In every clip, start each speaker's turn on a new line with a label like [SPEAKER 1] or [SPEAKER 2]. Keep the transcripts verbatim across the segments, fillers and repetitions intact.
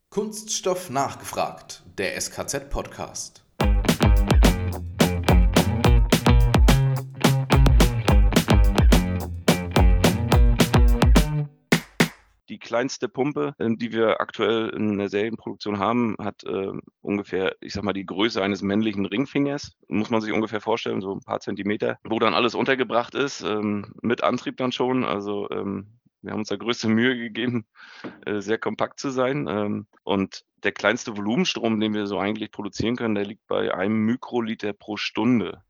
[SPEAKER 1] Kunststoff nachgefragt, der S K Z-Podcast.
[SPEAKER 2] Die kleinste Pumpe, die wir aktuell in der Serienproduktion haben, hat äh, ungefähr, ich sag mal, die Größe eines männlichen Ringfingers. Muss man sich ungefähr vorstellen, so ein paar Zentimeter, wo dann alles untergebracht ist, ähm, mit Antrieb dann schon. Also ähm, wir haben uns da größte Mühe gegeben, äh, sehr kompakt zu sein. Ähm, und der kleinste Volumenstrom, den wir so eigentlich produzieren können, der liegt bei einem Mikroliter pro Stunde.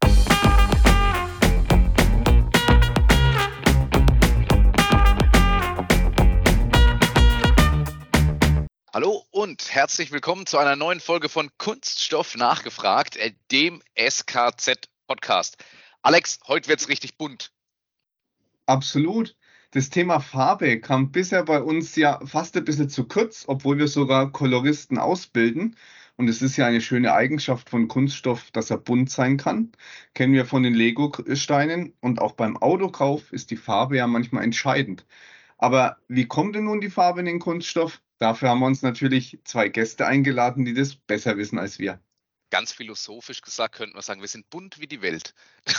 [SPEAKER 3] Hallo und herzlich willkommen zu einer neuen Folge von Kunststoff nachgefragt, dem S K Z-Podcast. Alex, heute wird's richtig bunt.
[SPEAKER 4] Absolut. Das Thema Farbe kam bisher bei uns ja fast ein bisschen zu kurz, obwohl wir sogar Koloristen ausbilden. Und es ist ja eine schöne Eigenschaft von Kunststoff, dass er bunt sein kann. Kennen wir von den Lego-Steinen. Und auch beim Autokauf ist die Farbe ja manchmal entscheidend. Aber wie kommt denn nun die Farbe in den Kunststoff? Dafür haben wir uns natürlich zwei Gäste eingeladen, die das besser wissen als wir.
[SPEAKER 3] Ganz philosophisch gesagt könnten wir sagen, wir sind bunt wie die Welt.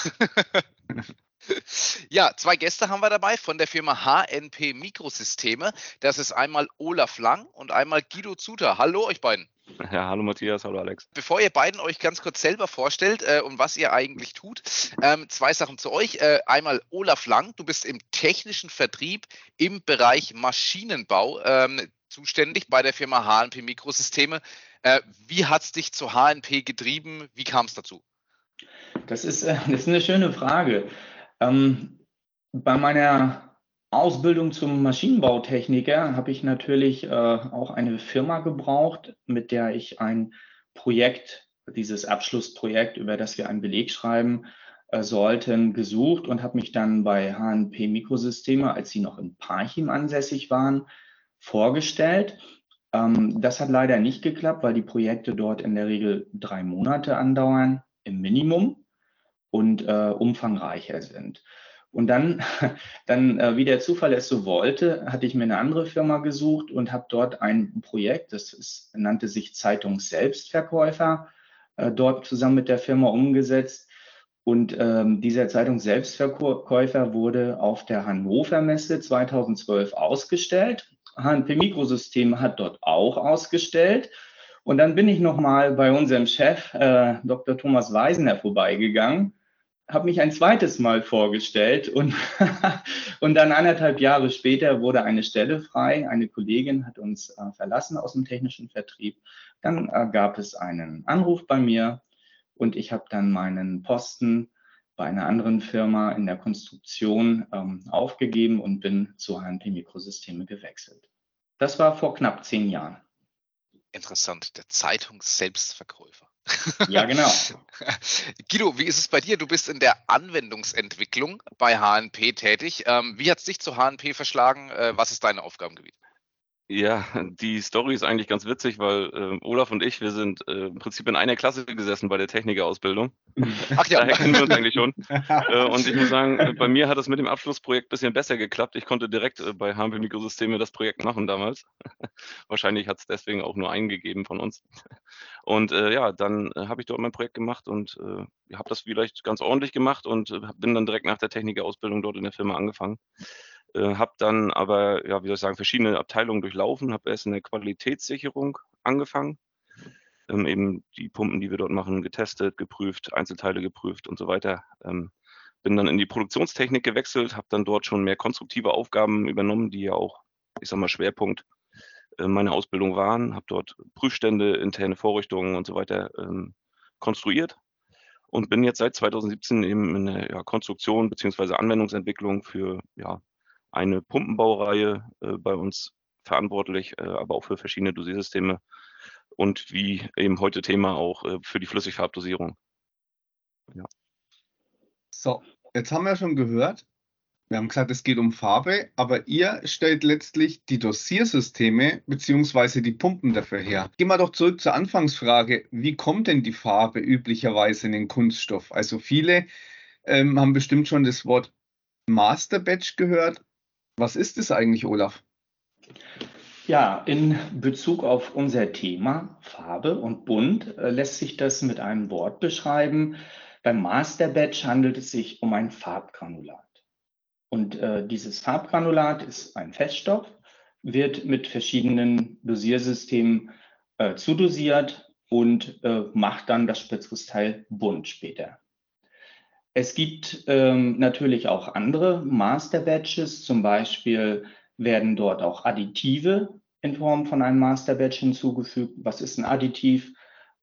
[SPEAKER 3] Ja, zwei Gäste haben wir dabei von der Firma H N P Mikrosysteme. Das ist einmal Olaf Lang und einmal Guido Zuter. Hallo euch beiden.
[SPEAKER 2] Ja, hallo Matthias, hallo Alex.
[SPEAKER 3] Bevor ihr beiden euch ganz kurz selber vorstellt äh, und was ihr eigentlich tut, ähm, zwei Sachen zu euch. Äh, einmal Olaf Lang, du bist im technischen Vertrieb im Bereich Maschinenbau ähm, zuständig bei der Firma H N P Mikrosysteme. Äh, wie hat es dich zu H N P getrieben? Wie kam es dazu?
[SPEAKER 5] Das ist, äh, das ist eine schöne Frage. Ähm, bei meiner Ausbildung zum Maschinenbautechniker habe ich natürlich äh, auch eine Firma gebraucht, mit der ich ein Projekt, dieses Abschlussprojekt, über das wir einen Beleg schreiben äh, sollten, gesucht und habe mich dann bei H N P Mikrosysteme, als sie noch in Parchim ansässig waren, vorgestellt. Ähm, das hat leider nicht geklappt, weil die Projekte dort in der Regel drei Monate andauern, im Minimum, und äh, umfangreicher sind. Und dann, dann äh, wie der Zufall es so wollte, hatte ich mir eine andere Firma gesucht und habe dort ein Projekt, das ist, nannte sich Zeitungsselbstverkäufer, äh, dort zusammen mit der Firma umgesetzt. Und ähm, dieser Zeitungsselbstverkäufer wurde auf der Hannover Messe zweitausendzwölf ausgestellt. H N P Mikrosysteme hat dort auch ausgestellt. Und dann bin ich nochmal bei unserem Chef, äh, Doktor Thomas Weisner, vorbeigegangen, habe mich ein zweites Mal vorgestellt und, und dann anderthalb Jahre später wurde eine Stelle frei. Eine Kollegin hat uns äh, verlassen aus dem technischen Vertrieb. Dann äh, gab es einen Anruf bei mir und ich habe dann meinen Posten bei einer anderen Firma in der Konstruktion ähm, aufgegeben und bin zu H N P Mikrosysteme gewechselt. Das war vor knapp zehn Jahren.
[SPEAKER 3] Interessant, der Zeitungsselbstverkäufer.
[SPEAKER 5] Ja, genau.
[SPEAKER 3] Guido, wie ist es bei dir? Du bist in der Anwendungsentwicklung bei H N P tätig. Ähm, wie hat es dich zu H N P verschlagen? Äh, was ist dein Aufgabengebiet?
[SPEAKER 2] Ja, die Story ist eigentlich ganz witzig, weil äh, Olaf und ich, wir sind äh, im Prinzip in einer Klasse gesessen bei der Technikerausbildung.
[SPEAKER 3] Ach ja.
[SPEAKER 2] Daher kennen wir uns eigentlich schon. äh, und ich muss sagen, äh, bei mir hat es mit dem Abschlussprojekt ein bisschen besser geklappt. Ich konnte direkt äh, bei H N P Mikrosysteme das Projekt machen damals. Wahrscheinlich hat es deswegen auch nur eingegeben von uns. Und äh, ja, dann äh, habe ich dort mein Projekt gemacht und äh, habe das vielleicht ganz ordentlich gemacht und äh, bin dann direkt nach der Technikerausbildung dort in der Firma angefangen. Äh, habe dann aber, ja, wie soll ich sagen, verschiedene Abteilungen durchlaufen, habe erst in der Qualitätssicherung angefangen, ähm, eben die Pumpen, die wir dort machen, getestet, geprüft, Einzelteile geprüft und so weiter. Ähm, bin dann in die Produktionstechnik gewechselt, habe dann dort schon mehr konstruktive Aufgaben übernommen, die ja auch, ich sag mal, Schwerpunkt äh, meiner Ausbildung waren, habe dort Prüfstände, interne Vorrichtungen und so weiter ähm, konstruiert und bin jetzt seit zweitausendsiebzehn eben in der ja, Konstruktion bzw. Anwendungsentwicklung für ja, eine Pumpenbaureihe äh, bei uns verantwortlich, äh, aber auch für verschiedene Dosiersysteme und wie eben heute Thema auch äh, für die Flüssigfarbdosierung. Ja.
[SPEAKER 4] So, jetzt haben wir schon gehört, wir haben gesagt, es geht um Farbe, aber ihr stellt letztlich die Dosiersysteme bzw. die Pumpen dafür her. Gehen wir doch zurück zur Anfangsfrage, wie kommt denn die Farbe üblicherweise in den Kunststoff? Also viele ähm, haben bestimmt schon das Wort Master Batch gehört. Was ist es eigentlich, Olaf?
[SPEAKER 5] Ja, in Bezug auf unser Thema Farbe und Bunt äh, lässt sich das mit einem Wort beschreiben. Beim Master Batch handelt es sich um ein Farbgranulat. Und äh, dieses Farbgranulat ist ein Feststoff, wird mit verschiedenen Dosiersystemen äh, zudosiert und äh, macht dann das Spritzkristall bunt später. Es gibt ähm, natürlich auch andere Master Batches, zum Beispiel werden dort auch Additive in Form von einem Master Batch hinzugefügt. Was ist ein Additiv?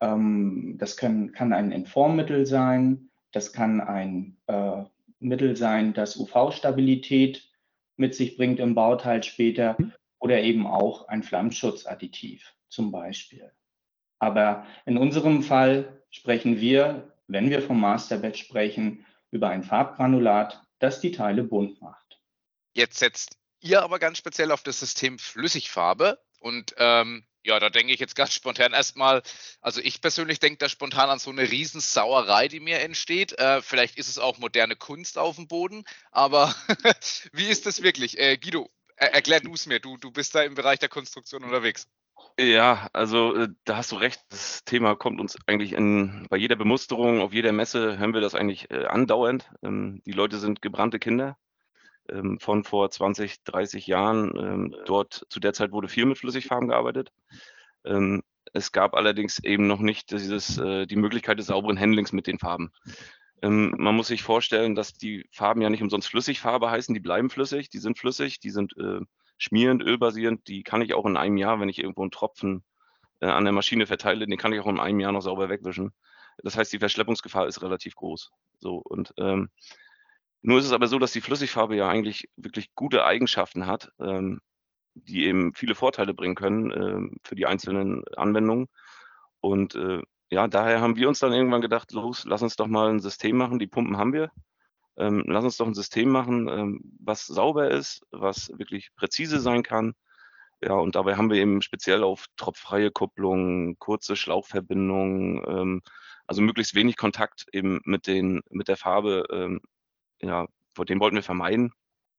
[SPEAKER 5] Ähm, das kann, kann ein Entformmittel sein, das kann ein äh, Mittel sein, das U V-Stabilität mit sich bringt im Bauteil später oder eben auch ein Flammschutzadditiv zum Beispiel. Aber in unserem Fall sprechen wir, wenn wir vom Master Batch sprechen, über ein Farbgranulat, das die Teile bunt macht.
[SPEAKER 3] Jetzt setzt ihr aber ganz speziell auf das System Flüssigfarbe und ähm, ja, da denke ich jetzt ganz spontan erstmal, also ich persönlich denke da spontan an so eine Riesensauerei, die mir entsteht. Äh, vielleicht ist es auch moderne Kunst auf dem Boden, aber wie ist das wirklich? Äh, Guido, er erklär du es mir, du, du bist da im Bereich der Konstruktion unterwegs.
[SPEAKER 2] Ja, also äh, da hast du recht. Das Thema kommt uns eigentlich in, bei jeder Bemusterung, auf jeder Messe hören wir das eigentlich äh, andauernd. Ähm, die Leute sind gebrannte Kinder ähm, von vor zwanzig, dreißig Jahren. Ähm, dort zu der Zeit wurde viel mit Flüssigfarben gearbeitet. Ähm, es gab allerdings eben noch nicht dieses, äh, die Möglichkeit des sauberen Handlings mit den Farben. Ähm, man muss sich vorstellen, dass die Farben ja nicht umsonst Flüssigfarbe heißen, die bleiben flüssig, die sind flüssig, die sind äh, schmierend, ölbasierend, die kann ich auch in einem Jahr, wenn ich irgendwo einen Tropfen äh, an der Maschine verteile, den kann ich auch in einem Jahr noch sauber wegwischen. Das heißt, die Verschleppungsgefahr ist relativ groß. So, und ähm, nur ist es aber so, dass die Flüssigfarbe ja eigentlich wirklich gute Eigenschaften hat, ähm, die eben viele Vorteile bringen können ähm, für die einzelnen Anwendungen. Und äh, ja, daher haben wir uns dann irgendwann gedacht, los, lass uns doch mal ein System machen. Die Pumpen haben wir. Ähm, lass uns doch ein System machen, ähm, was sauber ist, was wirklich präzise sein kann. Ja, und dabei haben wir eben speziell auf tropffreie Kupplung, kurze Schlauchverbindungen, ähm, also möglichst wenig Kontakt eben mit den, mit der Farbe, ähm, ja, vor dem wollten wir vermeiden.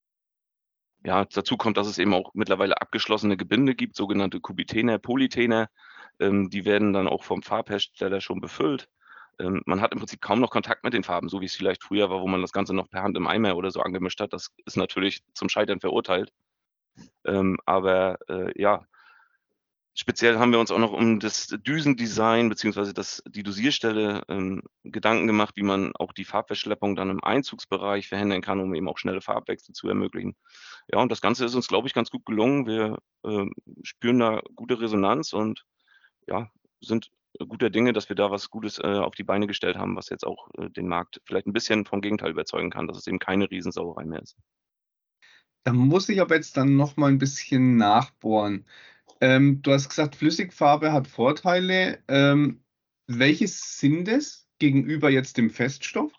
[SPEAKER 2] Ja, dazu kommt, dass es eben auch mittlerweile abgeschlossene Gebinde gibt, sogenannte Kubitäner, Polytäner. Ähm, die werden dann auch vom Farbhersteller schon befüllt. Ähm, man hat im Prinzip kaum noch Kontakt mit den Farben, so wie es vielleicht früher war, wo man das Ganze noch per Hand im Eimer oder so angemischt hat. Das ist natürlich zum Scheitern verurteilt. Ähm, aber äh, ja, speziell haben wir uns auch noch um das Düsendesign beziehungsweise das, die Dosierstelle ähm, Gedanken gemacht, wie man auch die Farbverschleppung dann im Einzugsbereich verhindern kann, um eben auch schnelle Farbwechsel zu ermöglichen. Ja, und das Ganze ist uns, glaube ich, ganz gut gelungen. Wir äh, spüren da gute Resonanz und ja, sind guter Dinge, dass wir da was Gutes äh, auf die Beine gestellt haben, was jetzt auch äh, den Markt vielleicht ein bisschen vom Gegenteil überzeugen kann, dass es eben keine Riesensauerei mehr ist.
[SPEAKER 4] Da muss ich aber jetzt dann noch mal ein bisschen nachbohren. Ähm, du hast gesagt, Flüssigfarbe hat Vorteile. Ähm, welche sind es gegenüber jetzt dem Feststoff?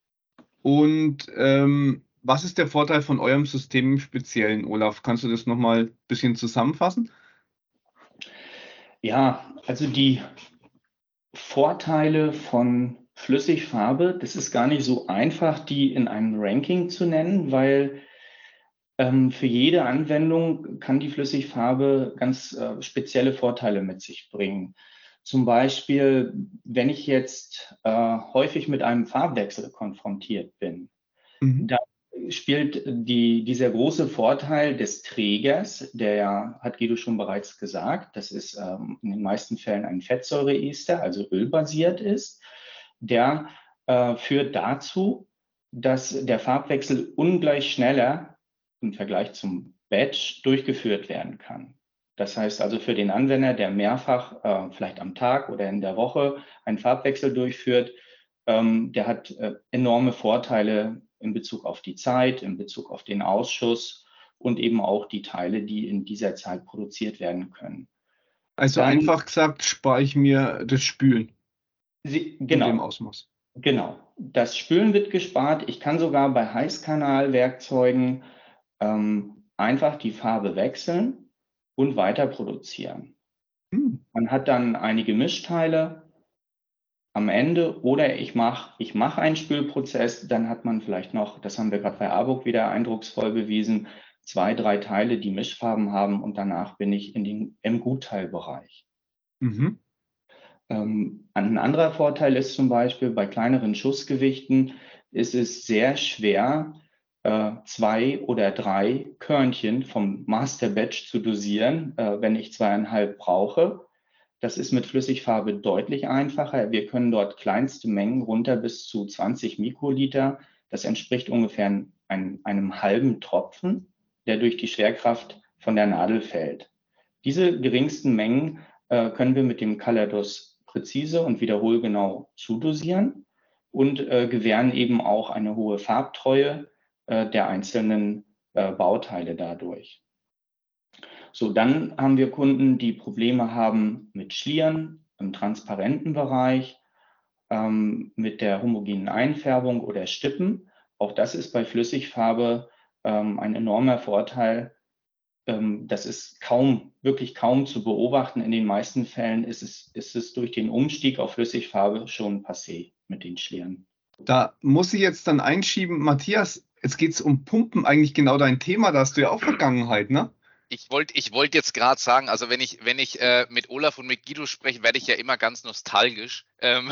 [SPEAKER 4] Und ähm, was ist der Vorteil von eurem System im Speziellen, Olaf? Kannst du das noch mal ein bisschen zusammenfassen?
[SPEAKER 5] Ja, also die Vorteile von Flüssigfarbe, das ist gar nicht so einfach, die in einem Ranking zu nennen, weil ähm, für jede Anwendung kann die Flüssigfarbe ganz äh, spezielle Vorteile mit sich bringen. Zum Beispiel, wenn ich jetzt äh, häufig mit einem Farbwechsel konfrontiert bin,
[SPEAKER 4] Mhm.
[SPEAKER 5] da spielt die, dieser große Vorteil des Trägers, der ja, hat Guido schon bereits gesagt, das ist ähm, in den meisten Fällen ein Fettsäureester, also ölbasiert ist, der äh, führt dazu, dass der Farbwechsel ungleich schneller im Vergleich zum Batch durchgeführt werden kann. Das heißt also für den Anwender, der mehrfach, äh, vielleicht am Tag oder in der Woche einen Farbwechsel durchführt, ähm, der hat äh, enorme Vorteile in Bezug auf die Zeit, in Bezug auf den Ausschuss und eben auch die Teile, die in dieser Zeit produziert werden können.
[SPEAKER 4] Also
[SPEAKER 5] Dann,
[SPEAKER 4] einfach gesagt, spare ich mir das Spülen
[SPEAKER 5] Sie,
[SPEAKER 4] in dem
[SPEAKER 5] genau,
[SPEAKER 4] Ausmaß.
[SPEAKER 5] genau. Das Spülen wird gespart. Ich kann sogar bei Heißkanalwerkzeugen ähm, einfach die Farbe wechseln und weiter produzieren.
[SPEAKER 4] Hm.
[SPEAKER 5] Man hat dann einige Mischteile am Ende oder ich mache ich mach einen Spülprozess, dann hat man vielleicht noch, das haben wir gerade bei ABUC wieder eindrucksvoll bewiesen, zwei, drei Teile, die Mischfarben haben und danach bin ich in den, im Gutteilbereich.
[SPEAKER 4] Mhm.
[SPEAKER 5] Ähm, ein anderer Vorteil ist zum Beispiel, bei kleineren Schussgewichten ist es sehr schwer, äh, zwei oder drei Körnchen vom Master Batch zu dosieren, äh, wenn ich zweieinhalb brauche. Das ist mit Flüssigfarbe deutlich einfacher. Wir können dort kleinste Mengen runter bis zu zwanzig Mikroliter. Das entspricht ungefähr ein, einem halben Tropfen, der durch die Schwerkraft von der Nadel fällt. Diese geringsten Mengen äh, können wir mit dem Calados präzise und wiederholgenau zudosieren und äh, gewähren eben auch eine hohe Farbtreue äh, der einzelnen äh, Bauteile dadurch. So, dann haben wir Kunden, die Probleme haben mit Schlieren im transparenten Bereich, ähm, mit der homogenen Einfärbung oder Stippen. Auch das ist bei Flüssigfarbe ähm, ein enormer Vorteil. Ähm, das ist kaum, wirklich kaum zu beobachten. In den meisten Fällen ist es, ist es durch den Umstieg auf Flüssigfarbe schon passé mit den Schlieren.
[SPEAKER 4] Da muss ich jetzt dann einschieben, Matthias, jetzt geht es um Pumpen, eigentlich genau dein Thema, da hast du ja auch Vergangenheit, ne?
[SPEAKER 3] Ich wollte ich wollt jetzt gerade sagen, also wenn ich, wenn ich äh, mit Olaf und mit Guido spreche, werde ich ja immer ganz nostalgisch. Ähm,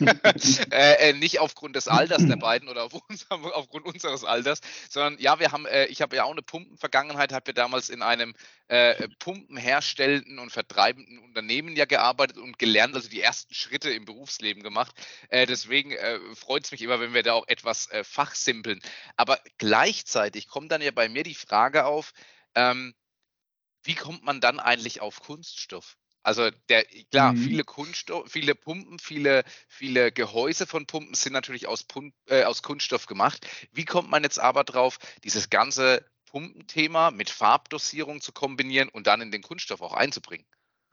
[SPEAKER 3] äh, äh, nicht aufgrund des Alters der beiden oder auf unserem, aufgrund unseres Alters, sondern ja, wir haben, äh, ich habe ja auch eine Pumpenvergangenheit, habe ja damals in einem äh, pumpenherstellenden und vertreibenden Unternehmen ja gearbeitet und gelernt, also die ersten Schritte im Berufsleben gemacht. Äh, deswegen äh, freut es mich immer, wenn wir da auch etwas äh, fachsimpeln. Aber gleichzeitig kommt dann ja bei mir die Frage auf, ähm, wie kommt man dann eigentlich auf Kunststoff? Also der, klar,
[SPEAKER 4] Mhm.
[SPEAKER 3] viele Kunststoff, viele Pumpen, viele, viele Gehäuse von Pumpen sind natürlich aus, Pump, äh, aus Kunststoff gemacht. Wie kommt man jetzt aber drauf, dieses ganze Pumpenthema mit Farbdosierung zu kombinieren und dann in den Kunststoff auch einzubringen?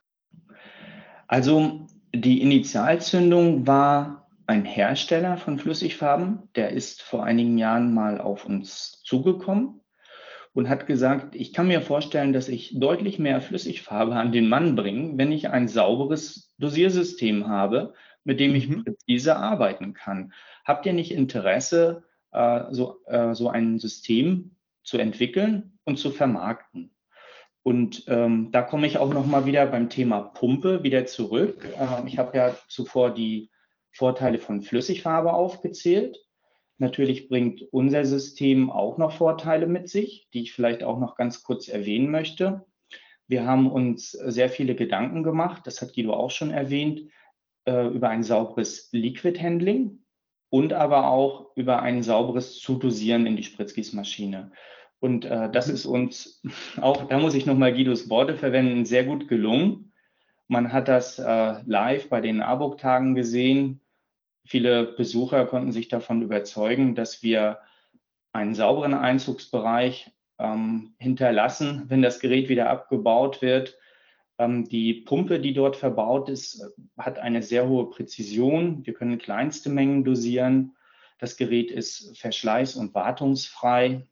[SPEAKER 5] Also die Initialzündung war ein Hersteller von Flüssigfarben, der ist vor einigen Jahren mal auf uns zugekommen und hat gesagt, ich kann mir vorstellen, dass ich deutlich mehr Flüssigfarbe an den Mann bringe, wenn ich ein sauberes Dosiersystem habe, mit dem ich
[SPEAKER 4] Mhm.
[SPEAKER 5] präzise arbeiten kann. Habt ihr nicht Interesse, äh, so, äh, so ein System zu entwickeln und zu vermarkten? Und ähm, da komme ich auch noch mal wieder beim Thema Pumpe wieder zurück. Äh, ich habe ja zuvor die Vorteile von Flüssigfarbe aufgezählt. Natürlich bringt unser System auch noch Vorteile mit sich, die ich vielleicht auch noch ganz kurz erwähnen möchte. Wir haben uns sehr viele Gedanken gemacht, das hat Guido auch schon erwähnt, äh, über ein sauberes Liquid Handling und aber auch über ein sauberes Zudosieren in die Spritzgießmaschine. Und äh, das ist uns auch, da muss ich nochmal Guidos Worte verwenden, sehr gut gelungen. Man hat das äh, live bei den ABUG-Tagen gesehen. Viele Besucher konnten sich davon überzeugen, dass wir einen sauberen Einzugsbereich ähm, hinterlassen, wenn das Gerät wieder abgebaut wird. Ähm, die Pumpe, die dort verbaut ist, hat eine sehr hohe Präzision. Wir können kleinste Mengen dosieren. Das Gerät ist verschleiß- und wartungsfrei.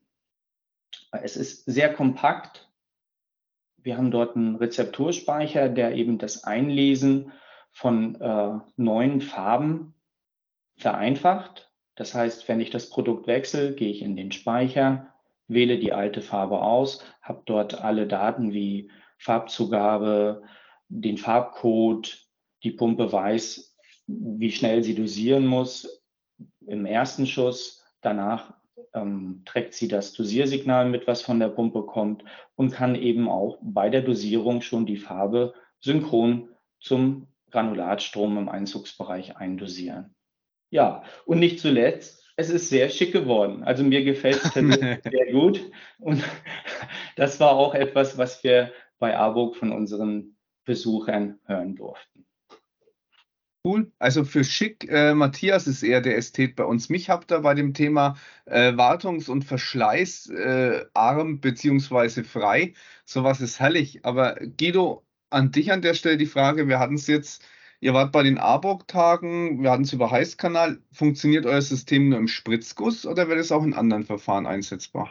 [SPEAKER 5] Es ist sehr kompakt. Wir haben dort einen Rezepturspeicher, der eben das Einlesen von äh, neuen Farben vereinfacht. Das heißt, wenn ich das Produkt wechsle, gehe ich in den Speicher, wähle die alte Farbe aus, habe dort alle Daten wie Farbzugabe, den Farbcode, die Pumpe weiß, wie schnell sie dosieren muss im ersten Schuss. Danach ähm, trägt sie das Dosiersignal mit, was von der Pumpe kommt und kann eben auch bei der Dosierung schon die Farbe synchron zum Granulatstrom im Einzugsbereich eindosieren. Ja, und nicht zuletzt, es ist sehr schick geworden. Also mir gefällt es persönlich sehr gut. Und das war auch etwas, was wir bei ABUG von unseren Besuchern hören durften.
[SPEAKER 4] Cool. Also für schick, äh, Matthias ist eher der Ästhet bei uns. Mich habt ihr bei dem Thema äh, Wartungs- und Verschleiß äh, arm beziehungsweise frei. Sowas ist herrlich. Aber Guido, an dich an der Stelle die Frage, wir hatten es jetzt, ihr wart bei den ABUG-Tagen, wir hatten es über Heißkanal. Funktioniert euer System nur im Spritzguss oder wird es auch in anderen Verfahren einsetzbar?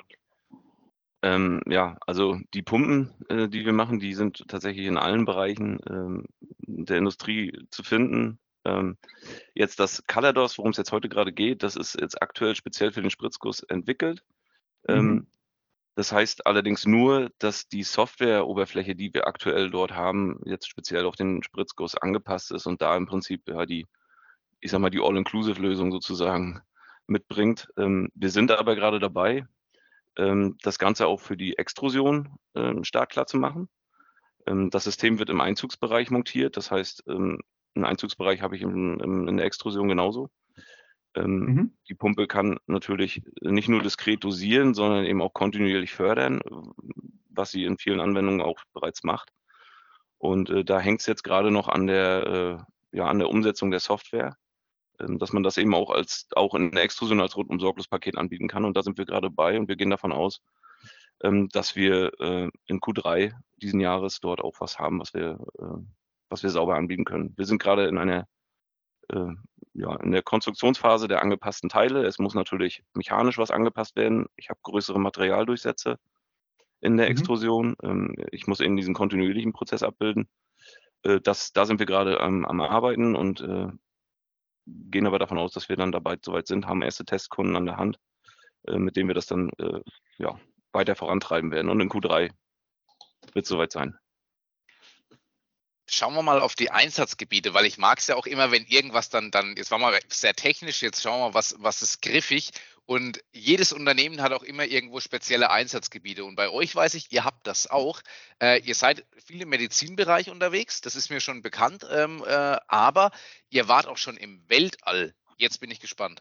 [SPEAKER 2] Ähm, ja, also die Pumpen, äh, die wir machen, die sind tatsächlich in allen Bereichen ähm, der Industrie zu finden. Ähm, jetzt das Calados, worum es jetzt heute gerade geht, das ist jetzt aktuell speziell für den Spritzguss entwickelt. Ähm,
[SPEAKER 4] Mhm.
[SPEAKER 2] Das heißt allerdings nur, dass die Softwareoberfläche, die wir aktuell dort haben, jetzt speziell auf den Spritzguss angepasst ist und da im Prinzip ja die, ich sag mal, die All-Inclusive-Lösung sozusagen mitbringt. Ähm, wir sind aber gerade dabei, ähm, das Ganze auch für die Extrusion ähm, startklar zu machen. Ähm, das System wird im Einzugsbereich montiert, das heißt, ähm, einen Einzugsbereich habe ich im, im, in der Extrusion genauso. Ähm,
[SPEAKER 4] Mhm.
[SPEAKER 2] Die Pumpe kann natürlich nicht nur diskret dosieren, sondern eben auch kontinuierlich fördern, was sie in vielen Anwendungen auch bereits macht. Und äh, da hängt es jetzt gerade noch an der, äh, ja, an der Umsetzung der Software, ähm, dass man das eben auch als auch in der Extrusion als rundum sorglos Paket anbieten kann. Und da sind wir gerade bei und wir gehen davon aus, ähm, dass wir äh, in Q drei diesen Jahres dort auch was haben, was wir, äh, was wir sauber anbieten können. Wir sind gerade in einer äh, ja, in der Konstruktionsphase der angepassten Teile. Es muss natürlich mechanisch was angepasst werden. Ich habe größere Materialdurchsätze in der
[SPEAKER 4] Mhm.
[SPEAKER 2] Extrusion. Ähm, ich muss eben diesen kontinuierlichen Prozess abbilden. Äh, das, da sind wir gerade am, am Arbeiten und äh, gehen aber davon aus, dass wir dann dabei soweit sind, haben erste Testkunden an der Hand, äh, mit denen wir das dann äh, ja, weiter vorantreiben werden. Und in Q drei wird es soweit sein.
[SPEAKER 3] Schauen wir mal auf die Einsatzgebiete, weil ich mag es ja auch immer, wenn irgendwas dann, dann, jetzt war mal sehr technisch, jetzt schauen wir mal, was, was ist griffig. Und jedes Unternehmen hat auch immer irgendwo spezielle Einsatzgebiete. Und bei euch weiß ich, ihr habt das auch. Äh, ihr seid viel im Medizinbereich unterwegs, das ist mir schon bekannt, ähm, äh, aber ihr wart auch schon im Weltall. Jetzt bin ich gespannt.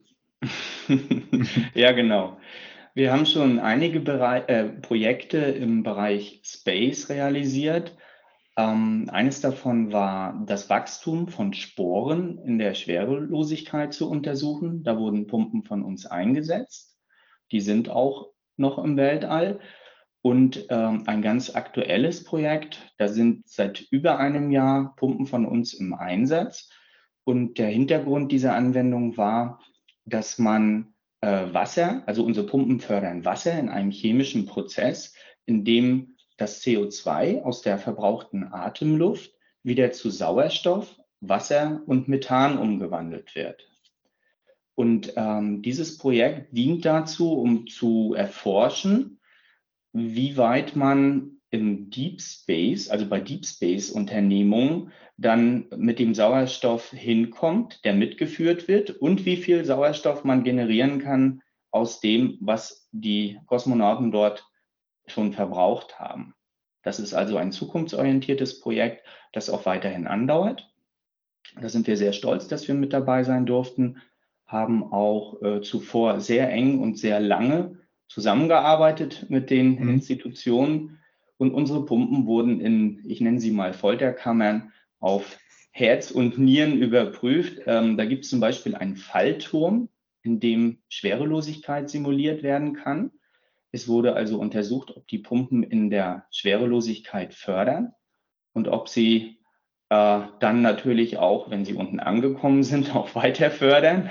[SPEAKER 5] Ja, genau. Wir haben schon einige Berei äh, Projekte im Bereich Space realisiert. Ähm, eines davon war das Wachstum von Sporen in der Schwerelosigkeit zu untersuchen. Da wurden Pumpen von uns eingesetzt. Die sind auch noch im Weltall. Und ähm, ein ganz aktuelles Projekt, da sind seit über einem Jahr Pumpen von uns im Einsatz. Und der Hintergrund dieser Anwendung war, dass man äh, Wasser, also unsere Pumpen fördern Wasser in einem chemischen Prozess, in dem das C O zwei aus der verbrauchten Atemluft wieder zu Sauerstoff, Wasser und Methan umgewandelt wird. Und ähm, dieses Projekt dient dazu, um zu erforschen, wie weit man im Deep Space, also bei Deep Space Unternehmungen, dann mit dem Sauerstoff hinkommt, der mitgeführt wird und wie viel Sauerstoff man generieren kann aus dem, was die Kosmonauten dort schon verbraucht haben. Das ist also ein zukunftsorientiertes Projekt, das auch weiterhin andauert. Da sind wir sehr stolz, dass wir mit dabei sein durften, haben auch äh, zuvor sehr eng und sehr lange zusammengearbeitet mit den
[SPEAKER 4] Mhm.
[SPEAKER 5] Institutionen und unsere Pumpen wurden in, ich nenne sie mal Folterkammern, auf Herz und Nieren überprüft. Ähm, da gibt es zum Beispiel einen Fallturm, in dem Schwerelosigkeit simuliert werden kann. Es wurde also untersucht, ob die Pumpen in der Schwerelosigkeit fördern und ob sie äh, dann natürlich auch, wenn sie unten angekommen sind, auch weiter fördern.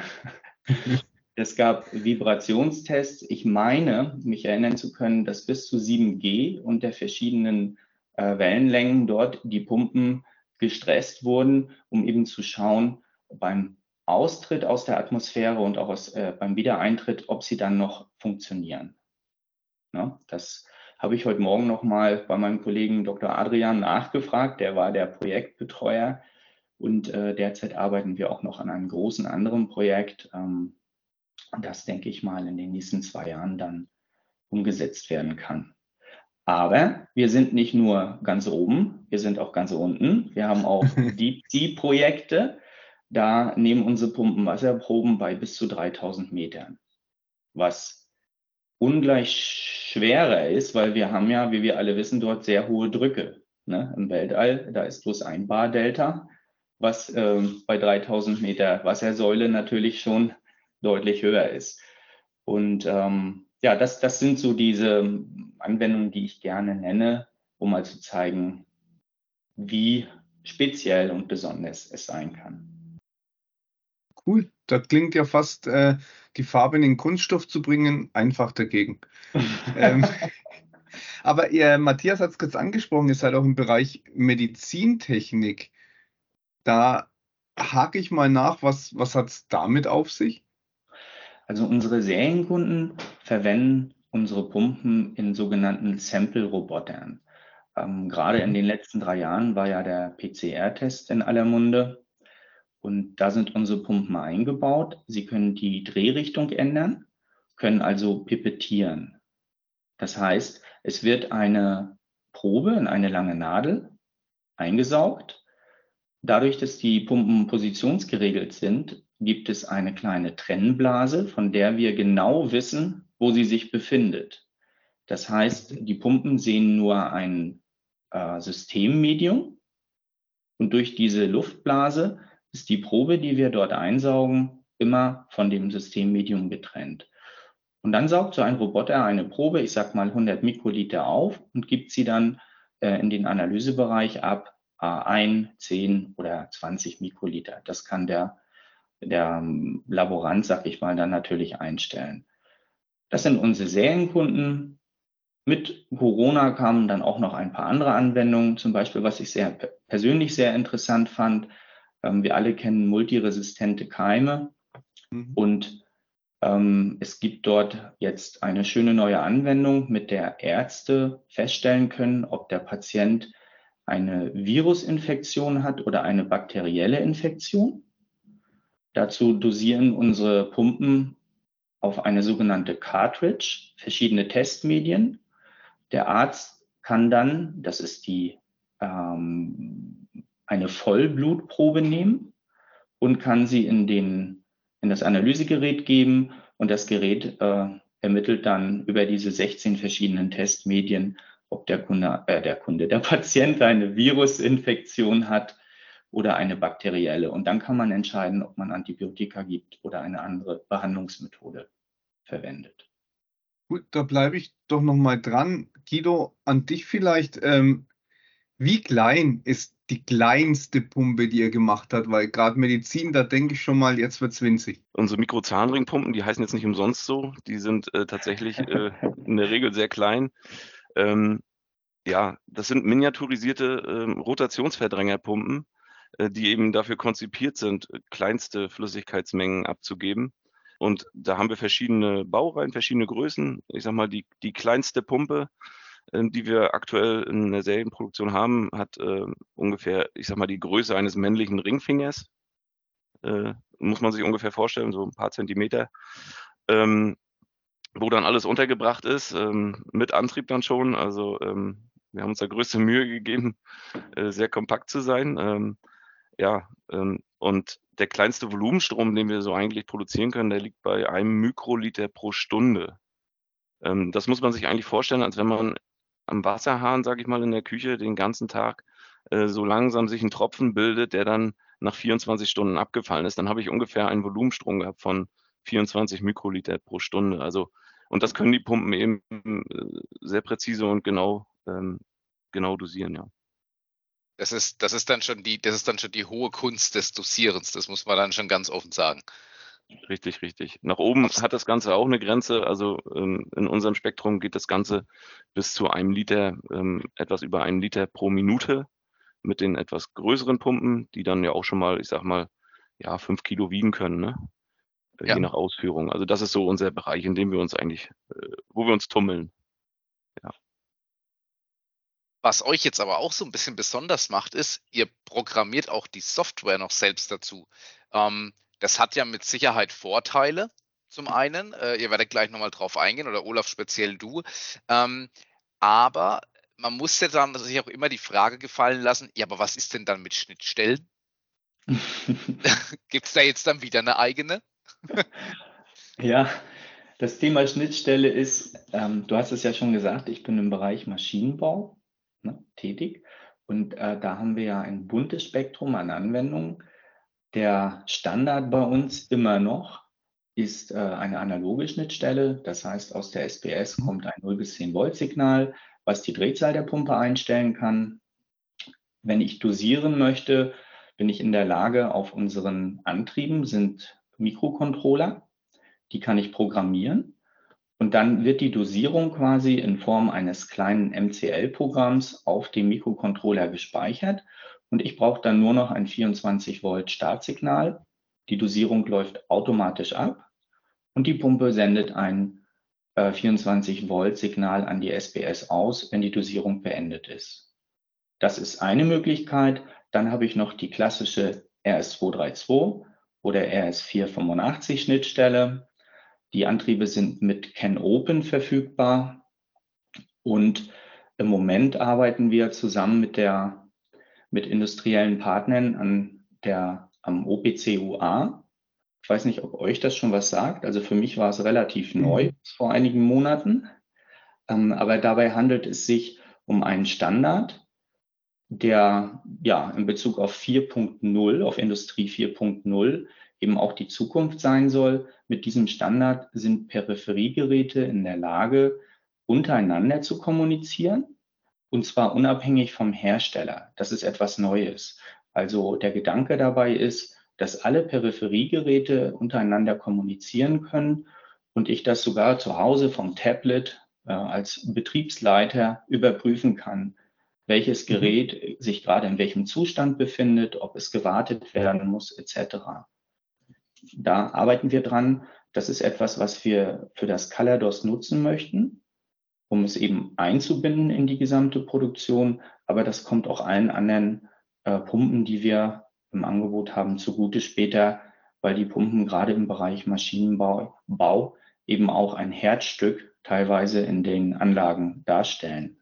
[SPEAKER 5] Es gab Vibrationstests. Ich meine, mich erinnern zu können, dass bis zu sieben G unter verschiedenen äh, Wellenlängen dort die Pumpen gestresst wurden, um eben zu schauen, beim Austritt aus der Atmosphäre und auch aus, äh, beim Wiedereintritt, ob sie dann noch funktionieren. Ne? Das habe ich heute Morgen noch mal bei meinem Kollegen Doktor Adrian nachgefragt. Der war der Projektbetreuer und äh, derzeit arbeiten wir auch noch an einem großen anderen Projekt, ähm, das, denke ich mal, in den nächsten zwei Jahren dann umgesetzt werden kann. Aber wir sind nicht nur ganz oben, wir sind auch ganz unten. Wir haben auch Deep-Sea-Projekte. Da nehmen unsere Pumpen Wasserproben bei bis zu dreitausend Metern, was ungleich schwerer ist, weil wir haben ja, wie wir alle wissen, dort sehr hohe Drücke. Ne? Im Weltall, da ist bloß ein Bar-Delta, was ähm, bei dreitausend Meter Wassersäule natürlich schon deutlich höher ist. Und ähm, ja, das, das sind so diese Anwendungen, die ich gerne nenne, um mal zu zeigen, wie speziell und besonders es sein kann.
[SPEAKER 4] Cool, da klingt ja fast äh, die Farbe in den Kunststoff zu bringen, einfach dagegen. ähm, aber ihr, Matthias hat es kurz angesprochen, ihr seid auch im Bereich Medizintechnik. Da hake ich mal nach, was, was hat es damit auf sich?
[SPEAKER 5] Also unsere Serienkunden verwenden unsere Pumpen in sogenannten Sample-Robotern. Ähm, gerade in den letzten drei Jahren war ja der P C R-Test in aller Munde. Und da sind unsere Pumpen eingebaut. Sie können die Drehrichtung ändern, können also pipettieren. Das heißt, es wird eine Probe in eine lange Nadel eingesaugt. Dadurch, dass die Pumpen positionsgeregelt sind, gibt es eine kleine Trennblase, von der wir genau wissen, wo sie sich befindet. Das heißt, die Pumpen sehen nur ein äh, Systemmedium und durch diese Luftblase ist die Probe, die wir dort einsaugen, immer von dem Systemmedium getrennt. Und dann saugt so ein Roboter eine Probe, ich sag mal hundert Mikroliter auf und gibt sie dann äh, in den Analysebereich ab, äh, ein, zehn oder zwanzig Mikroliter. Das kann der, der Laborant, sag ich mal, dann natürlich einstellen. Das sind unsere Serienkunden. Mit Corona kamen dann auch noch ein paar andere Anwendungen, zum Beispiel, was ich sehr persönlich sehr interessant fand. Ähm, wir alle kennen multiresistente Keime mhm. und ähm, es gibt dort jetzt eine schöne neue Anwendung, mit der Ärzte feststellen können, ob der Patient eine Virusinfektion hat oder eine bakterielle Infektion. Dazu dosieren unsere Pumpen auf eine sogenannte Cartridge verschiedene Testmedien. Der Arzt kann dann, das ist die, ähm, eine Vollblutprobe nehmen und kann sie in, den, in das Analysegerät geben und das Gerät äh, ermittelt dann über diese sechzehn verschiedenen Testmedien, ob der Kunde, äh, der Kunde, der Patient eine Virusinfektion hat oder eine bakterielle. Und dann kann man entscheiden, ob man Antibiotika gibt oder eine andere Behandlungsmethode verwendet.
[SPEAKER 4] Gut, da bleibe ich doch noch mal dran. Guido, an dich vielleicht. Ähm, wie klein ist die kleinste Pumpe, die ihr gemacht habt? Weil gerade Medizin, da denke ich schon mal, jetzt wird es winzig.
[SPEAKER 2] Unsere Mikrozahnringpumpen, die heißen jetzt nicht umsonst so. Die sind äh, tatsächlich äh, in der Regel sehr klein. Ähm, ja, das sind miniaturisierte ähm, Rotationsverdrängerpumpen, äh, die eben dafür konzipiert sind, kleinste Flüssigkeitsmengen abzugeben. Und da haben wir verschiedene Baureihen, verschiedene Größen. Ich sag mal, die, die kleinste Pumpe, äh, die wir aktuell in der Serienproduktion haben, hat äh, ungefähr, ich sag mal, die Größe eines männlichen Ringfingers. Äh, muss man sich ungefähr vorstellen, so ein paar Zentimeter. Ähm, wo dann alles untergebracht ist, ähm, mit Antrieb dann schon. Also ähm, wir haben uns da größte Mühe gegeben, äh, sehr kompakt zu sein. Ähm, ja, ähm, und der kleinste Volumenstrom, den wir so eigentlich produzieren können, der liegt bei einem Mikroliter pro Stunde. Ähm, das muss man sich eigentlich vorstellen, als wenn man am Wasserhahn, sage ich mal, in der Küche den ganzen Tag äh, so langsam sich ein Tropfen bildet, der dann nach vierundzwanzig Stunden abgefallen ist. Dann habe ich ungefähr einen Volumenstrom gehabt von vierundzwanzig Mikroliter pro Stunde. Also, und das können die Pumpen eben äh, sehr präzise und genau, ähm, genau dosieren, ja.
[SPEAKER 3] Das ist, das ist dann schon die, das ist dann schon die hohe Kunst des Dosierens. Das muss man dann schon ganz offen sagen.
[SPEAKER 2] Richtig, richtig. Nach oben Aufs hat das Ganze auch eine Grenze. Also ähm, in unserem Spektrum geht das Ganze bis zu einem Liter, ähm, etwas über einen Liter pro Minute mit den etwas größeren Pumpen, die dann ja auch schon mal, ich sag mal, ja, fünf Kilo wiegen können, ne? Ja. Je nach Ausführung. Also das ist so unser Bereich, in dem wir uns eigentlich, äh, wo wir uns tummeln. Ja.
[SPEAKER 3] Was euch jetzt aber auch so ein bisschen besonders macht, ist, ihr programmiert auch die Software noch selbst dazu. Ähm, das hat ja mit Sicherheit Vorteile. Zum einen, äh, ihr werdet gleich nochmal drauf eingehen, oder Olaf, speziell du. Ähm, aber man muss ja dann sich auch immer die Frage gefallen lassen, ja, aber was ist denn dann mit Schnittstellen? Gibt es da jetzt dann wieder eine eigene?
[SPEAKER 5] Ja, das Thema Schnittstelle ist, ähm, du hast es ja schon gesagt, ich bin im Bereich Maschinenbau ne, tätig und äh, da haben wir ja ein buntes Spektrum an Anwendungen. Der Standard bei uns immer noch ist äh, eine analoge Schnittstelle, das heißt, aus der S P S kommt ein null bis zehn Volt Signal, was die Drehzahl der Pumpe einstellen kann. Wenn ich dosieren möchte, bin ich in der Lage, auf unseren Antrieben sind Mikrocontroller, die kann ich programmieren und dann wird die Dosierung quasi in Form eines kleinen M C L-Programms auf dem Mikrocontroller gespeichert und ich brauche dann nur noch ein vierundzwanzig Volt Startsignal. Die Dosierung läuft automatisch ab und die Pumpe sendet ein äh, vierundzwanzig Volt Signal an die S B S aus, wenn die Dosierung beendet ist. Das ist eine Möglichkeit. Dann habe ich noch die klassische R S zweihundertzweiunddreißig oder R S vierhundertfünfundachtzig Schnittstelle. Die Antriebe sind mit CAN-Open verfügbar und im Moment arbeiten wir zusammen mit der mit industriellen Partnern an der am O P C U A. Ich weiß nicht, ob euch das schon was sagt. Also für mich war es relativ neu vor einigen Monaten. Ähm, aber dabei handelt es sich um einen Standard, der ja in Bezug auf vier Punkt null, auf Industrie vier Punkt null eben auch die Zukunft sein soll. Mit diesem Standard sind Peripheriegeräte in der Lage, untereinander zu kommunizieren, und zwar unabhängig vom Hersteller. Das ist etwas Neues. Also der Gedanke dabei ist, dass alle Peripheriegeräte untereinander kommunizieren können und ich das sogar zu Hause vom Tablet äh, als Betriebsleiter überprüfen kann, welches Gerät sich gerade in welchem Zustand befindet, ob es gewartet werden muss, et cetera. Da arbeiten wir dran. Das ist etwas, was wir für das ColorDOS nutzen möchten, um es eben einzubinden in die gesamte Produktion. Aber das kommt auch allen anderen äh, Pumpen, die wir im Angebot haben, zugute später, weil die Pumpen gerade im Bereich Maschinenbau Bau eben auch ein Herzstück teilweise in den Anlagen darstellen.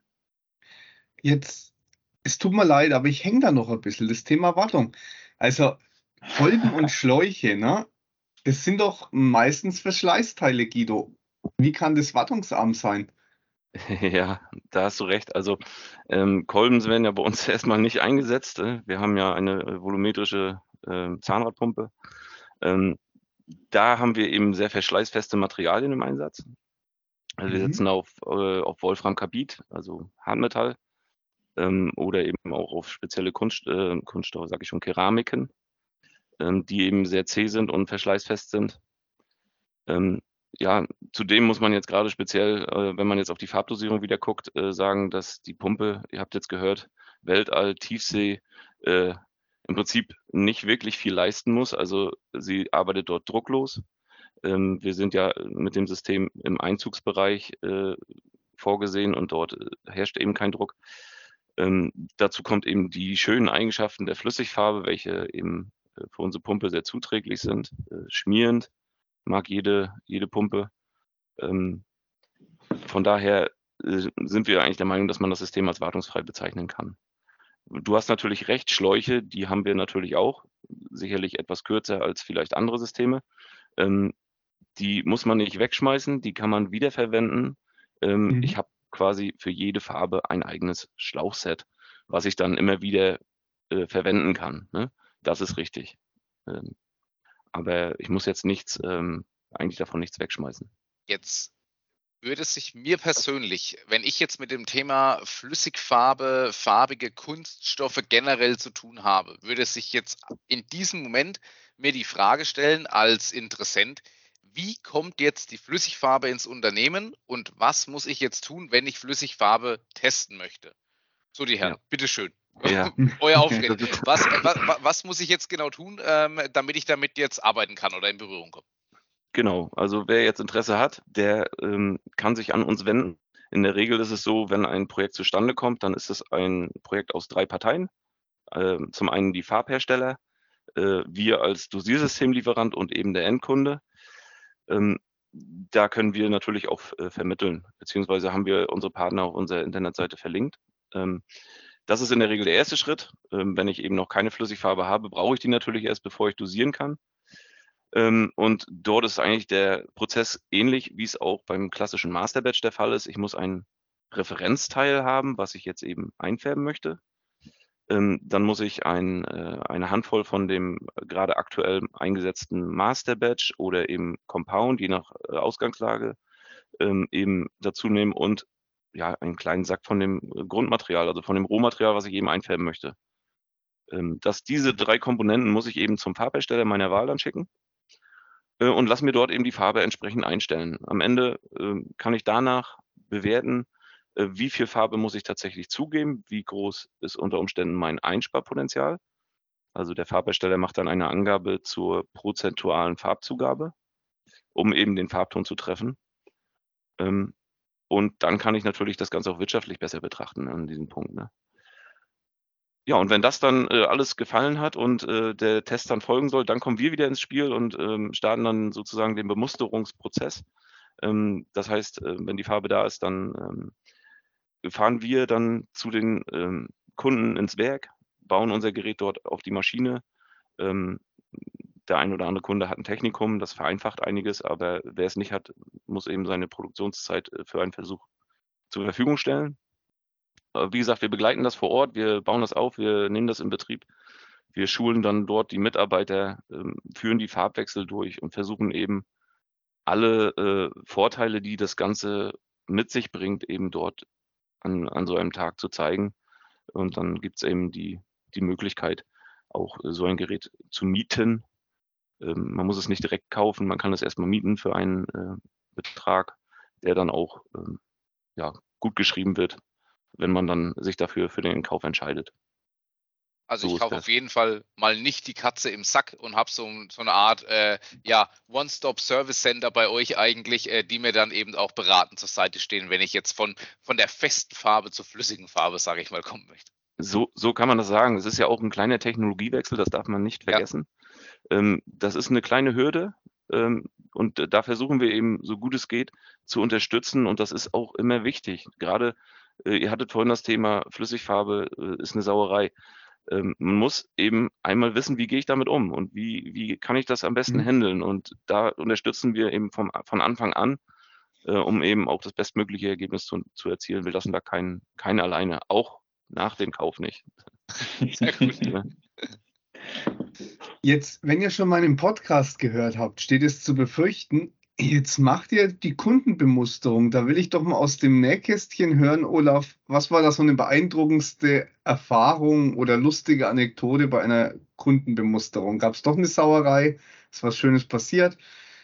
[SPEAKER 4] Jetzt, es tut mir leid, aber ich hänge da noch ein bisschen. Das Thema Wartung. Also Kolben und Schläuche, ne? Das sind doch meistens Verschleißteile, Guido. Wie kann das wartungsarm sein?
[SPEAKER 2] Ja, da hast du recht. Also ähm, Kolben werden ja bei uns erstmal nicht eingesetzt. Äh. Wir haben ja eine äh, volumetrische äh, Zahnradpumpe. Ähm, da haben wir eben sehr verschleißfeste Materialien im Einsatz. Also wir
[SPEAKER 4] Mhm.
[SPEAKER 2] setzen auf, äh, auf Wolframkarbid, also Hartmetall, ähm, oder eben auch auf spezielle Kunst, äh, Kunststoffe, sage ich schon, Keramiken, ähm, die eben sehr zäh sind und verschleißfest sind. Ähm, ja, zudem muss man jetzt gerade speziell, äh, wenn man jetzt auf die Farbdosierung wieder guckt, äh, sagen, dass die Pumpe, ihr habt jetzt gehört, Weltall, Tiefsee, äh, im Prinzip nicht wirklich viel leisten muss. Also sie arbeitet dort drucklos. Ähm, wir sind ja mit dem System im Einzugsbereich äh, vorgesehen und dort äh, herrscht eben kein Druck. Ähm, dazu kommt eben die schönen Eigenschaften der Flüssigfarbe, welche eben äh, für unsere Pumpe sehr zuträglich sind, äh, schmierend, mag jede, jede Pumpe. Ähm, von daher äh, sind wir eigentlich der Meinung, dass man das System als wartungsfrei bezeichnen kann. Du hast natürlich recht, Schläuche, die haben wir natürlich auch, sicherlich etwas kürzer als vielleicht andere Systeme. Ähm, die muss man nicht wegschmeißen, die kann man wiederverwenden. Ähm,
[SPEAKER 4] Mhm.
[SPEAKER 2] ich habe quasi für jede Farbe ein eigenes Schlauchset, was ich dann immer wieder äh, verwenden kann. Ne? Das ist richtig. Ähm, aber ich muss jetzt nichts, ähm, eigentlich davon nichts wegschmeißen.
[SPEAKER 3] Jetzt würde es sich mir persönlich, wenn ich jetzt mit dem Thema Flüssigfarbe, farbige Kunststoffe generell zu tun habe, würde es sich jetzt in diesem Moment mir die Frage stellen als Interessent, wie kommt jetzt die Flüssigfarbe ins Unternehmen und was muss ich jetzt tun, wenn ich Flüssigfarbe testen möchte? So, die Herren,
[SPEAKER 2] Ja.
[SPEAKER 3] bitteschön.
[SPEAKER 2] Ja.
[SPEAKER 3] Euer Auftreten.
[SPEAKER 2] Das ist-
[SPEAKER 3] Was, äh, was, was muss ich jetzt genau tun, ähm, damit ich damit jetzt arbeiten kann oder in Berührung komme?
[SPEAKER 2] Genau, also wer jetzt Interesse hat, der ähm, kann sich an uns wenden. In der Regel ist es so, wenn ein Projekt zustande kommt, dann ist es ein Projekt aus drei Parteien. Ähm, zum einen die Farbhersteller, äh, wir als Dosiersystemlieferant und eben der Endkunde. Ähm, da können wir natürlich auch äh, vermitteln, beziehungsweise haben wir unsere Partner auf unserer Internetseite verlinkt. Ähm, das ist in der Regel der erste Schritt. Ähm, wenn ich eben noch keine Flüssigfarbe habe, brauche ich die natürlich erst, bevor ich dosieren kann. Ähm, und dort ist eigentlich der Prozess ähnlich, wie es auch beim klassischen Masterbatch der Fall ist. Ich muss ein Referenzteil haben, was ich jetzt eben einfärben möchte. Ähm, dann muss ich ein, äh, eine Handvoll von dem gerade aktuell eingesetzten Masterbatch oder eben Compound, je nach äh, Ausgangslage, ähm, eben dazu nehmen und ja, einen kleinen Sack von dem äh, Grundmaterial, also von dem Rohmaterial, was ich eben einfärben möchte. Ähm, dass diese drei Komponenten muss ich eben zum Farbhersteller meiner Wahl dann schicken äh, und lass mir dort eben die Farbe entsprechend einstellen. Am Ende äh, kann ich danach bewerten, äh, wie viel Farbe muss ich tatsächlich zugeben, wie groß ist unter Umständen mein Einsparpotenzial. Also der Farbhersteller macht dann eine Angabe zur prozentualen Farbzugabe, um eben den Farbton zu treffen. Ähm, und dann kann ich natürlich das Ganze auch wirtschaftlich besser betrachten an diesem Punkt, ne? Ja, und wenn das dann äh, alles gefallen hat und äh, der Test dann folgen soll, dann kommen wir wieder ins Spiel und ähm, starten dann sozusagen den Bemusterungsprozess. Ähm, das heißt, äh, wenn die Farbe da ist, dann ähm, fahren wir dann zu den ähm, Kunden ins Werk, bauen unser Gerät dort auf die Maschine. Ähm, der ein oder andere Kunde hat ein Technikum, das vereinfacht einiges, aber wer es nicht hat, muss eben seine Produktionszeit äh, für einen Versuch zur Verfügung stellen. Äh, Wie gesagt, wir begleiten das vor Ort, wir bauen das auf, wir nehmen das in Betrieb. Wir schulen dann dort die Mitarbeiter, ähm, führen die Farbwechsel durch und versuchen eben alle äh, Vorteile, die das Ganze mit sich bringt, eben dort an, an so einem Tag zu zeigen. Und dann gibt es eben die, die Möglichkeit, auch äh, so ein Gerät zu mieten. Ähm, man muss es nicht direkt kaufen, man kann es erstmal mieten für einen äh, Betrag, der dann auch ähm, ja, gut geschrieben wird, wenn man dann sich dafür für den Kauf entscheidet.
[SPEAKER 3] Also
[SPEAKER 2] So
[SPEAKER 3] ich
[SPEAKER 2] ist
[SPEAKER 3] kaufe
[SPEAKER 2] das.
[SPEAKER 3] auf jeden Fall mal nicht die Katze im Sack und habe so, so eine Art äh, ja, One-Stop-Service-Center bei euch eigentlich, äh, die mir dann eben auch beratend zur Seite stehen, wenn ich jetzt von, von der festen Farbe zur flüssigen Farbe, sage ich mal, kommen möchte.
[SPEAKER 2] So, so kann man das sagen. Es ist ja auch ein kleiner Technologiewechsel, das darf man nicht
[SPEAKER 3] Ja.
[SPEAKER 2] vergessen. Ähm, das ist eine kleine Hürde ähm, und äh, da versuchen wir eben, so gut es geht, zu unterstützen und das ist auch immer wichtig. Gerade, äh, ihr hattet vorhin das Thema Flüssigfarbe äh, ist eine Sauerei. Ähm, man muss eben einmal wissen, wie gehe ich damit um und wie, wie kann ich das am besten
[SPEAKER 4] Mhm.
[SPEAKER 2] handeln und da unterstützen wir eben vom, von Anfang an, äh, um eben auch das bestmögliche Ergebnis zu, zu erzielen. Wir lassen da keinen, keinen alleine, auch nach dem Kauf nicht.
[SPEAKER 3] Sehr gut.
[SPEAKER 2] Ja.
[SPEAKER 4] Jetzt, wenn ihr schon meinen Podcast gehört habt, steht es zu befürchten, jetzt macht ihr die Kundenbemusterung. Da will ich doch mal aus dem Nähkästchen hören, Olaf, was war da so eine beeindruckendste Erfahrung oder lustige Anekdote bei einer Kundenbemusterung? Gab es doch eine Sauerei? Ist was Schönes passiert?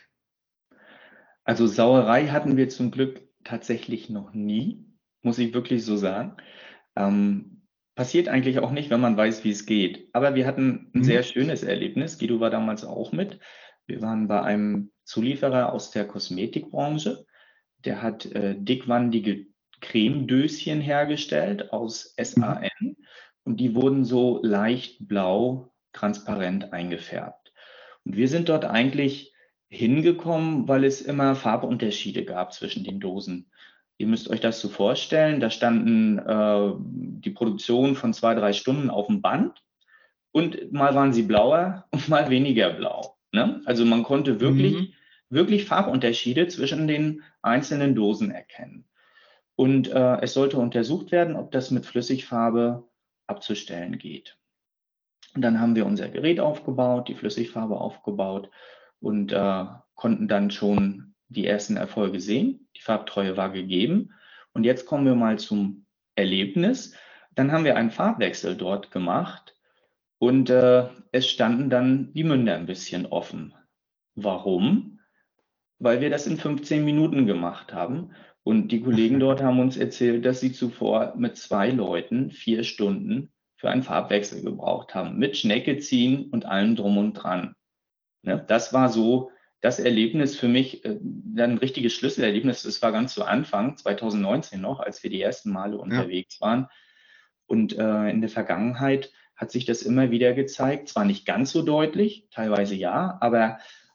[SPEAKER 5] Also Sauerei hatten wir zum Glück tatsächlich noch nie, muss ich wirklich so sagen. Ähm, passiert eigentlich auch nicht, wenn man weiß, wie es geht. Aber wir hatten ein
[SPEAKER 4] Mhm.
[SPEAKER 5] sehr schönes Erlebnis. Guido war damals auch mit. Wir waren bei einem Zulieferer aus der Kosmetikbranche. Der hat äh, dickwandige Cremedöschen hergestellt aus S A N und die wurden so leicht blau transparent eingefärbt. Und wir sind dort eigentlich hingekommen, weil es immer Farbunterschiede gab zwischen den Dosen. Ihr müsst euch das so vorstellen, da standen äh, die Produktion von zwei, drei Stunden auf dem Band und mal waren sie blauer und mal weniger blau. Ne? Also man konnte wirklich,
[SPEAKER 4] Mhm.
[SPEAKER 5] wirklich Farbunterschiede zwischen den einzelnen Dosen erkennen. Und äh, es sollte untersucht werden, ob das mit Flüssigfarbe abzustellen geht. Und dann haben wir unser Gerät aufgebaut, die Flüssigfarbe aufgebaut und äh, konnten dann schon die ersten Erfolge sehen. Die Farbtreue war gegeben. Und jetzt kommen wir mal zum Erlebnis. Dann haben wir einen Farbwechsel dort gemacht und äh, es standen dann die Münder ein bisschen offen. Warum? Weil wir das in fünfzehn Minuten gemacht haben. Und die Kollegen dort haben uns erzählt, dass sie zuvor mit zwei Leuten vier Stunden für einen Farbwechsel gebraucht haben, mit Schnecke ziehen und allem drum und dran. Ne? Das war so das Erlebnis für mich, äh, ein richtiges Schlüsselerlebnis. Das war ganz zu Anfang, zwanzig neunzehn noch, als wir die ersten Male unterwegs waren. Und äh, in der Vergangenheit hat sich das immer wieder gezeigt, zwar nicht ganz so deutlich, teilweise ja, aber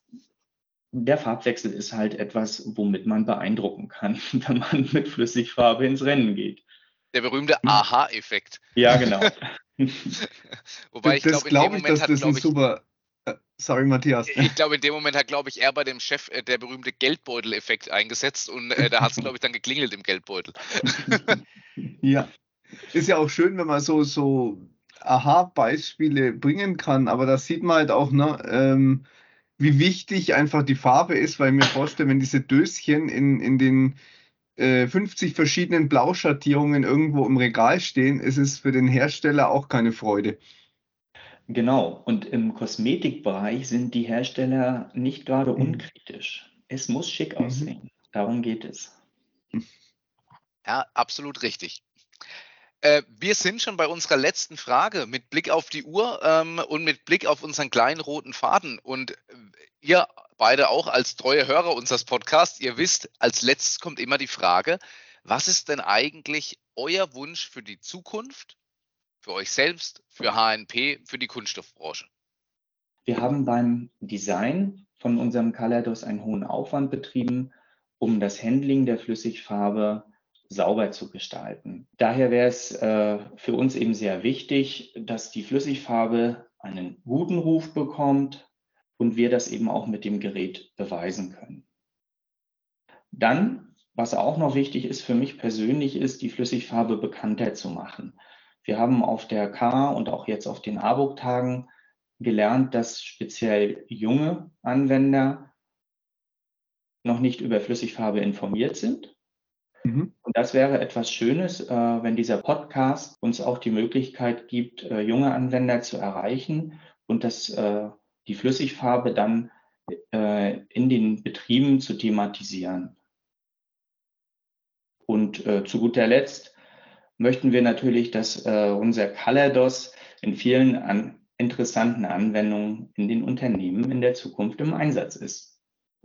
[SPEAKER 5] der Farbwechsel ist halt etwas, womit man beeindrucken kann, wenn man mit Flüssigfarbe ins Rennen geht.
[SPEAKER 3] Der berühmte Aha-Effekt.
[SPEAKER 5] Ja, genau.
[SPEAKER 3] Wobei ich
[SPEAKER 4] Das
[SPEAKER 3] glaube, in dem
[SPEAKER 4] glaube ich,
[SPEAKER 3] Moment
[SPEAKER 4] dass
[SPEAKER 3] hat,
[SPEAKER 4] das ein
[SPEAKER 3] glaube ich,
[SPEAKER 4] super. äh, Sorry, Matthias.
[SPEAKER 3] ich glaube, in dem Moment hat, glaube ich, er bei dem Chef äh, der berühmte Geldbeutel-Effekt eingesetzt und äh, da hat es, glaube ich, dann geklingelt im Geldbeutel.
[SPEAKER 4] Ja, ist ja auch schön, wenn man so, so Aha-Beispiele bringen kann, aber da sieht man halt auch, ne, ähm, wie wichtig einfach die Farbe ist, weil ich mir vorstelle, wenn diese Döschen in, in den äh, fünfzig verschiedenen Blauschattierungen irgendwo im Regal stehen, ist es für den Hersteller auch keine Freude.
[SPEAKER 5] Genau. Und im Kosmetikbereich sind die Hersteller nicht gerade
[SPEAKER 4] Mhm.
[SPEAKER 5] unkritisch. Es muss schick
[SPEAKER 4] Mhm.
[SPEAKER 5] aussehen. Darum geht es.
[SPEAKER 3] Ja, absolut richtig. Äh, wir sind schon bei unserer letzten Frage mit Blick auf die Uhr ähm, und mit Blick auf unseren kleinen roten Faden. Und äh, ihr beide auch als treue Hörer unseres Podcasts. Ihr wisst, als letztes kommt immer die Frage, was ist denn eigentlich euer Wunsch für die Zukunft, für euch selbst, für H N P, für die Kunststoffbranche?
[SPEAKER 5] Wir haben beim Design von unserem Kaleidos einen hohen Aufwand betrieben, um das Handling der Flüssigfarbe sauber zu gestalten. Daher wäre es äh, für uns eben sehr wichtig, dass die Flüssigfarbe einen guten Ruf bekommt und wir das eben auch mit dem Gerät beweisen können. Dann, was auch noch wichtig ist für mich persönlich, ist, die Flüssigfarbe bekannter zu machen. Wir haben auf der K und auch jetzt auf den A B U G-Tagen gelernt, dass speziell junge Anwender noch nicht über Flüssigfarbe informiert sind. Mhm. Und das wäre etwas Schönes, äh, wenn dieser Podcast uns auch die Möglichkeit gibt, äh, junge Anwender zu erreichen und dass äh, die Flüssigfarbe dann äh, in den Betrieben zu thematisieren. Und äh, zu guter Letzt möchten wir natürlich, dass äh, unser Kaleidos in vielen an interessanten Anwendungen in den Unternehmen in der Zukunft im Einsatz ist.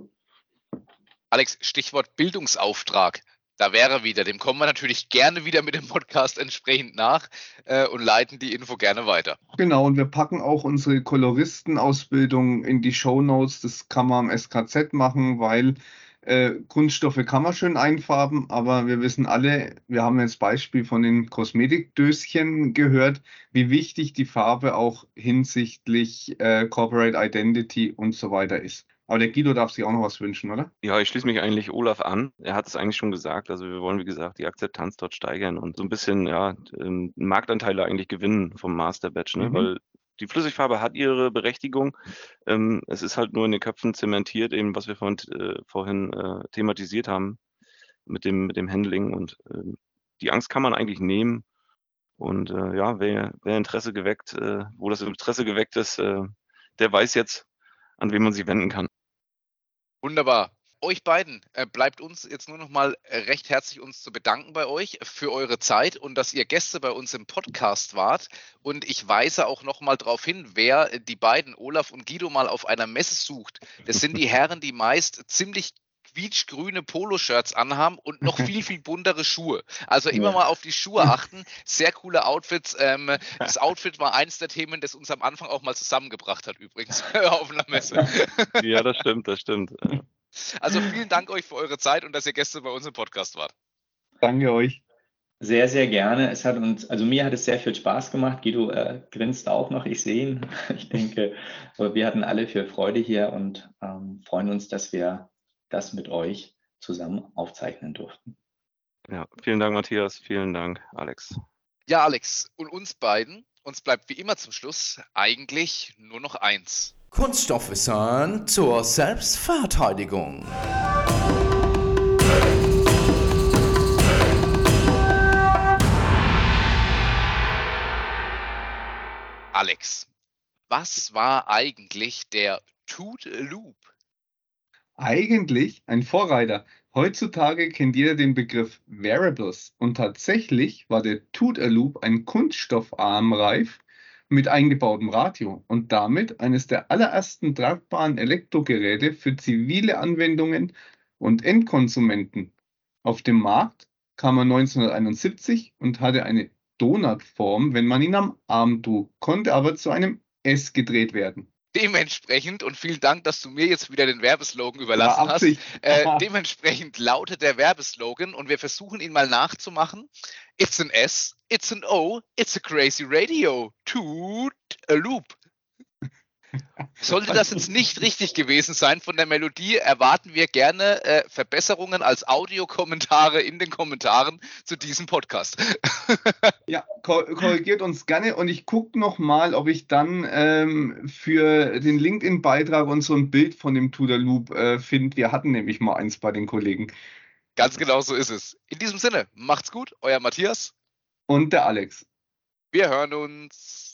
[SPEAKER 3] Alex, Stichwort Bildungsauftrag. Da wäre wieder, dem kommen wir natürlich gerne wieder mit dem Podcast entsprechend nach äh, und leiten die Info gerne weiter.
[SPEAKER 4] Genau, und wir packen auch unsere Koloristenausbildung in die Shownotes. Das kann man am S K Z machen, weil äh, Kunststoffe kann man schön einfarben, aber wir wissen alle, wir haben jetzt Beispiel von den Kosmetikdöschen gehört, wie wichtig die Farbe auch hinsichtlich äh, Corporate Identity und so weiter ist. Aber der Guido darf sich auch noch was wünschen, oder?
[SPEAKER 2] Ja, ich schließe mich eigentlich Olaf an. Er hat es eigentlich schon gesagt. Also wir wollen, wie gesagt, die Akzeptanz dort steigern und so ein bisschen ja, Marktanteile eigentlich gewinnen vom Master Batch, ne? Mhm. Weil die Flüssigfarbe hat ihre Berechtigung. Ähm, es ist halt nur in den Köpfen zementiert, eben was wir vorhin, äh, vorhin äh, thematisiert haben mit dem, mit dem Handling. Und äh, die Angst kann man eigentlich nehmen. Und äh, ja, wer, wer Interesse geweckt, äh, wo das Interesse geweckt ist, äh, der weiß jetzt, an wen man sich wenden kann.
[SPEAKER 3] Wunderbar. Euch beiden äh, bleibt uns jetzt nur noch mal äh, recht herzlich uns zu bedanken bei euch für eure Zeit und dass ihr Gäste bei uns im Podcast wart. Und ich weise auch noch mal darauf hin, wer die beiden, Olaf und Guido, mal auf einer Messe sucht. Das sind die Herren, die meist ziemlich quietschgrüne Poloshirts anhaben und noch viel, viel buntere Schuhe. Also immer ja. mal auf die Schuhe achten. Sehr coole Outfits. Ähm, das Outfit war eines der Themen, das uns am Anfang auch mal zusammengebracht hat übrigens auf einer Messe.
[SPEAKER 2] Ja, das stimmt, das stimmt.
[SPEAKER 3] Also vielen Dank euch für eure Zeit und dass ihr Gäste bei uns im Podcast wart.
[SPEAKER 4] Danke euch.
[SPEAKER 5] Sehr, sehr gerne. Es hat uns, also mir hat es sehr viel Spaß gemacht. Guido äh, grinst auch noch, ich sehe ihn. Ich denke, wir hatten alle viel Freude hier und ähm, freuen uns, dass wir das mit euch zusammen aufzeichnen durften.
[SPEAKER 2] Ja, vielen Dank, Matthias. Vielen Dank, Alex.
[SPEAKER 3] Ja, Alex, und uns beiden, uns bleibt wie immer zum Schluss eigentlich nur noch eins.
[SPEAKER 1] Kunststoffwissen zur Selbstverteidigung.
[SPEAKER 3] Alex, was war eigentlich der Toot Loop?
[SPEAKER 4] Eigentlich ein Vorreiter. Heutzutage kennt jeder den Begriff Wearables und tatsächlich war der Toot Loop ein Kunststoffarmreif mit eingebautem Radio und damit eines der allerersten tragbaren Elektrogeräte für zivile Anwendungen und Endkonsumenten. Auf dem Markt kam er neunzehnhunderteinundsiebzig und hatte eine Donutform, wenn man ihn am Arm trug, konnte aber zu einem S gedreht werden.
[SPEAKER 3] Dementsprechend, und vielen Dank, dass du mir jetzt wieder den Werbeslogan überlassen ja, hast, äh, dementsprechend lautet der Werbeslogan, und wir versuchen ihn mal nachzumachen. It's an S, it's an O, it's a crazy radio, toot a loop. Sollte das jetzt nicht richtig gewesen sein von der Melodie, erwarten wir gerne äh, Verbesserungen als Audiokommentare in den Kommentaren zu diesem Podcast.
[SPEAKER 4] Ja, korrigiert uns gerne und ich gucke nochmal, ob ich dann ähm, für den LinkedIn-Beitrag und so ein Bild von dem Toot a Loop äh, finde. Wir hatten nämlich mal eins bei den Kollegen.
[SPEAKER 3] Ganz genau so ist es. In diesem Sinne, macht's gut, euer Matthias.
[SPEAKER 4] Und der Alex.
[SPEAKER 3] Wir hören uns.